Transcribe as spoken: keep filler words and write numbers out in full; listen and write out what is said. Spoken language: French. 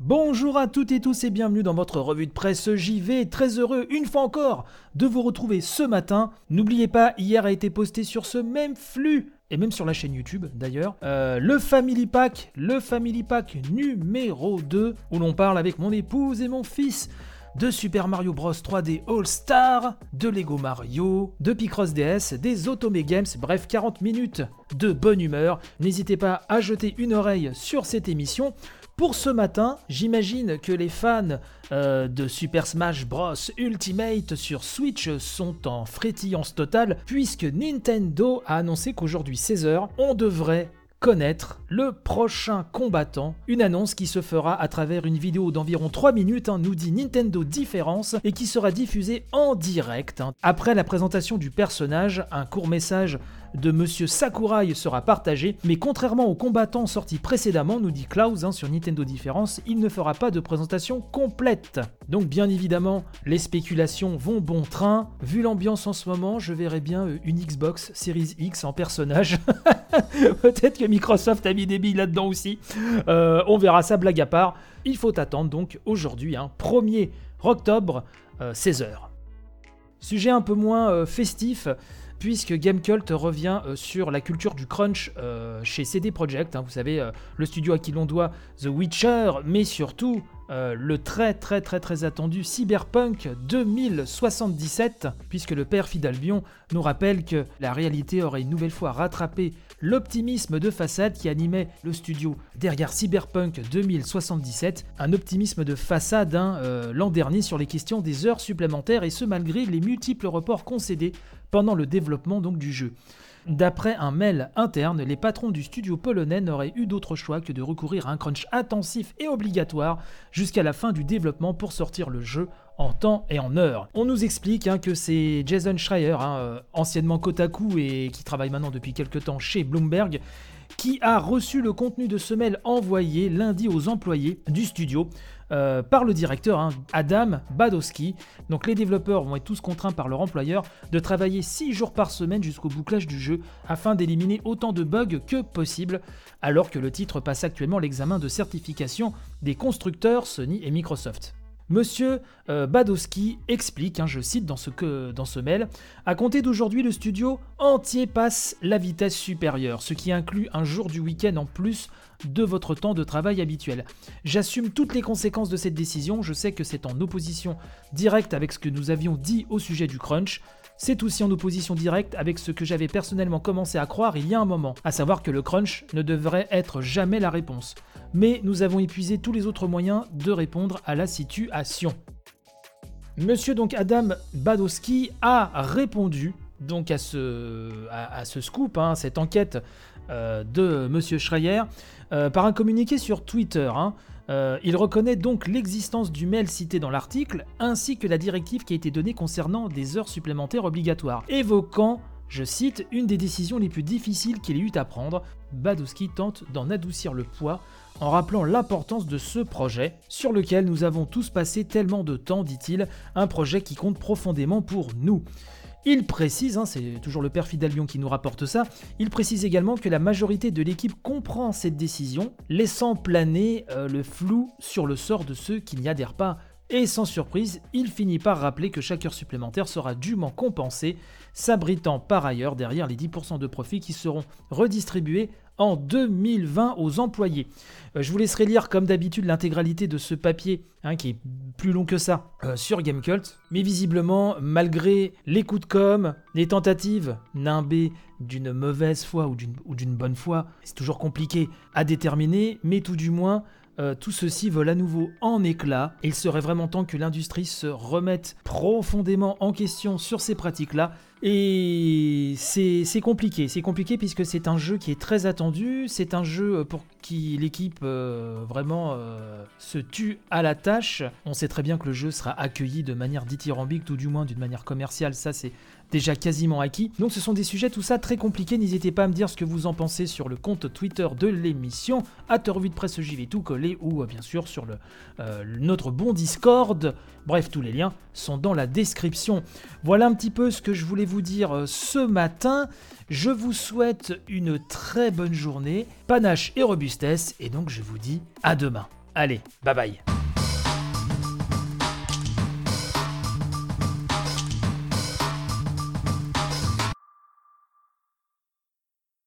Bonjour à toutes et tous et bienvenue dans votre revue de presse J V. Très heureux une fois encore de vous retrouver ce matin. N'oubliez pas, hier a été posté sur ce même flux et même sur la chaîne YouTube d'ailleurs, euh, le Family Pack, le Family Pack numéro deux, où l'on parle avec mon épouse et mon fils de Super Mario Bros trois D All Star, de Lego Mario, de Picross D S, des Otome Games, bref quarante minutes de bonne humeur. N'hésitez pas à jeter une oreille sur cette émission. Pour ce matin, j'imagine que les fans euh, de Super Smash Bros Ultimate sur Switch sont en frétillance totale, puisque Nintendo a annoncé qu'aujourd'hui seize heures, on devrait connaître le prochain combattant, une annonce qui se fera à travers une vidéo d'environ trois minutes, hein, nous dit Nintendo Différence, et qui sera diffusée en direct. Hein. Après la présentation du personnage, un court message de Monsieur Sakurai sera partagé, mais contrairement aux combattants sortis précédemment, nous dit Klaus hein, sur Nintendo Différence, il ne fera pas de présentation complète. Donc bien évidemment, les spéculations vont bon train. Vu l'ambiance en ce moment, je verrais bien une Xbox Series X en personnage. Peut-être que Microsoft a mis des billes là-dedans aussi. Euh, on verra ça, blague à part. Il faut attendre donc aujourd'hui, hein, premier octobre, euh, seize heures. Sujet un peu moins euh, festif, puisque Gamecult revient euh, sur la culture du crunch euh, chez C D Projekt, hein, vous savez, euh, le studio à qui l'on doit The Witcher, mais surtout euh, le très très très très attendu Cyberpunk deux mille soixante-dix-sept, puisque le père Fidalbion nous rappelle que la réalité aurait une nouvelle fois rattrapé l'optimisme de façade qui animait le studio derrière Cyberpunk deux mille soixante-dix-sept, un optimisme de façade hein, euh, l'an dernier sur les questions des heures supplémentaires, et ce malgré les multiples reports concédés pendant le développement donc du jeu. D'après un mail interne, les patrons du studio polonais n'auraient eu d'autre choix que de recourir à un crunch intensif et obligatoire jusqu'à la fin du développement pour sortir le jeu en temps et en heure. On nous explique hein, que c'est Jason Schreier, hein, euh, anciennement Kotaku et qui travaille maintenant depuis quelques temps chez Bloomberg, qui a reçu le contenu de ce mail envoyé lundi aux employés du studio euh, par le directeur hein, Adam Badowski. Donc les développeurs vont être tous contraints par leur employeur de travailler six jours par semaine jusqu'au bouclage du jeu afin d'éliminer autant de bugs que possible, alors que le titre passe actuellement l'examen de certification des constructeurs Sony et Microsoft. Monsieur euh, Badowski explique, hein, je cite dans ce, que, dans ce mail, « À compter d'aujourd'hui, le studio entier passe la vitesse supérieure, ce qui inclut un jour du week-end en plus de votre temps de travail habituel. J'assume toutes les conséquences de cette décision, je sais que c'est en opposition directe avec ce que nous avions dit au sujet du crunch. C'est aussi en opposition directe avec ce que j'avais personnellement commencé à croire il y a un moment, à savoir que le crunch ne devrait être jamais la réponse. Mais nous avons épuisé tous les autres moyens de répondre à la situation. » Monsieur donc Adam Badowski a répondu donc à ce, à, à ce scoop, hein, cette enquête euh, de Monsieur Schreier, euh, par un communiqué sur Twitter. Hein. Euh, il reconnaît donc l'existence du mail cité dans l'article, ainsi que la directive qui a été donnée concernant des heures supplémentaires obligatoires, évoquant, je cite, une des décisions les plus difficiles qu'il ait eu à prendre. Badowski tente d'en adoucir le poids en rappelant l'importance de ce projet, sur lequel nous avons tous passé tellement de temps, dit-il, un projet qui compte profondément pour nous. Il précise, hein, c'est toujours le père Fidalbion qui nous rapporte ça, il précise également que la majorité de l'équipe comprend cette décision, laissant planer euh, le flou sur le sort de ceux qui n'y adhèrent pas. Et sans surprise, il finit par rappeler que chaque heure supplémentaire sera dûment compensée, s'abritant par ailleurs derrière les dix pour cent de profits qui seront redistribués en deux mille vingt aux employés. Euh, je vous laisserai lire comme d'habitude l'intégralité de ce papier, hein, qui est plus long que ça, euh, sur Gamecult. Mais visiblement, malgré les coups de com', les tentatives nimbées d'une mauvaise foi ou d'une, ou d'une bonne foi, c'est toujours compliqué à déterminer, mais tout du moins, Euh, tout ceci vole à nouveau en éclats et il serait vraiment temps que l'industrie se remette profondément en question sur ces pratiques-là. Et c'est, c'est compliqué, c'est compliqué puisque c'est un jeu qui est très attendu, c'est un jeu pour qui l'équipe euh, vraiment euh, se tue à la tâche. On sait très bien que le jeu sera accueilli de manière dithyrambique, tout du moins d'une manière commerciale, ça c'est déjà quasiment acquis. Donc ce sont des sujets tout ça très compliqués, n'hésitez pas à me dire ce que vous en pensez sur le compte Twitter de l'émission, à revue de presse J V tout collé, ou euh, bien sûr sur le, euh, notre bon Discord. Bref, tous les liens sont dans la description. Voilà un petit peu ce que je voulais vous dire euh, ce matin. Je vous souhaite une très bonne journée, panache et robustesse, et donc je vous dis à demain. Allez, bye bye.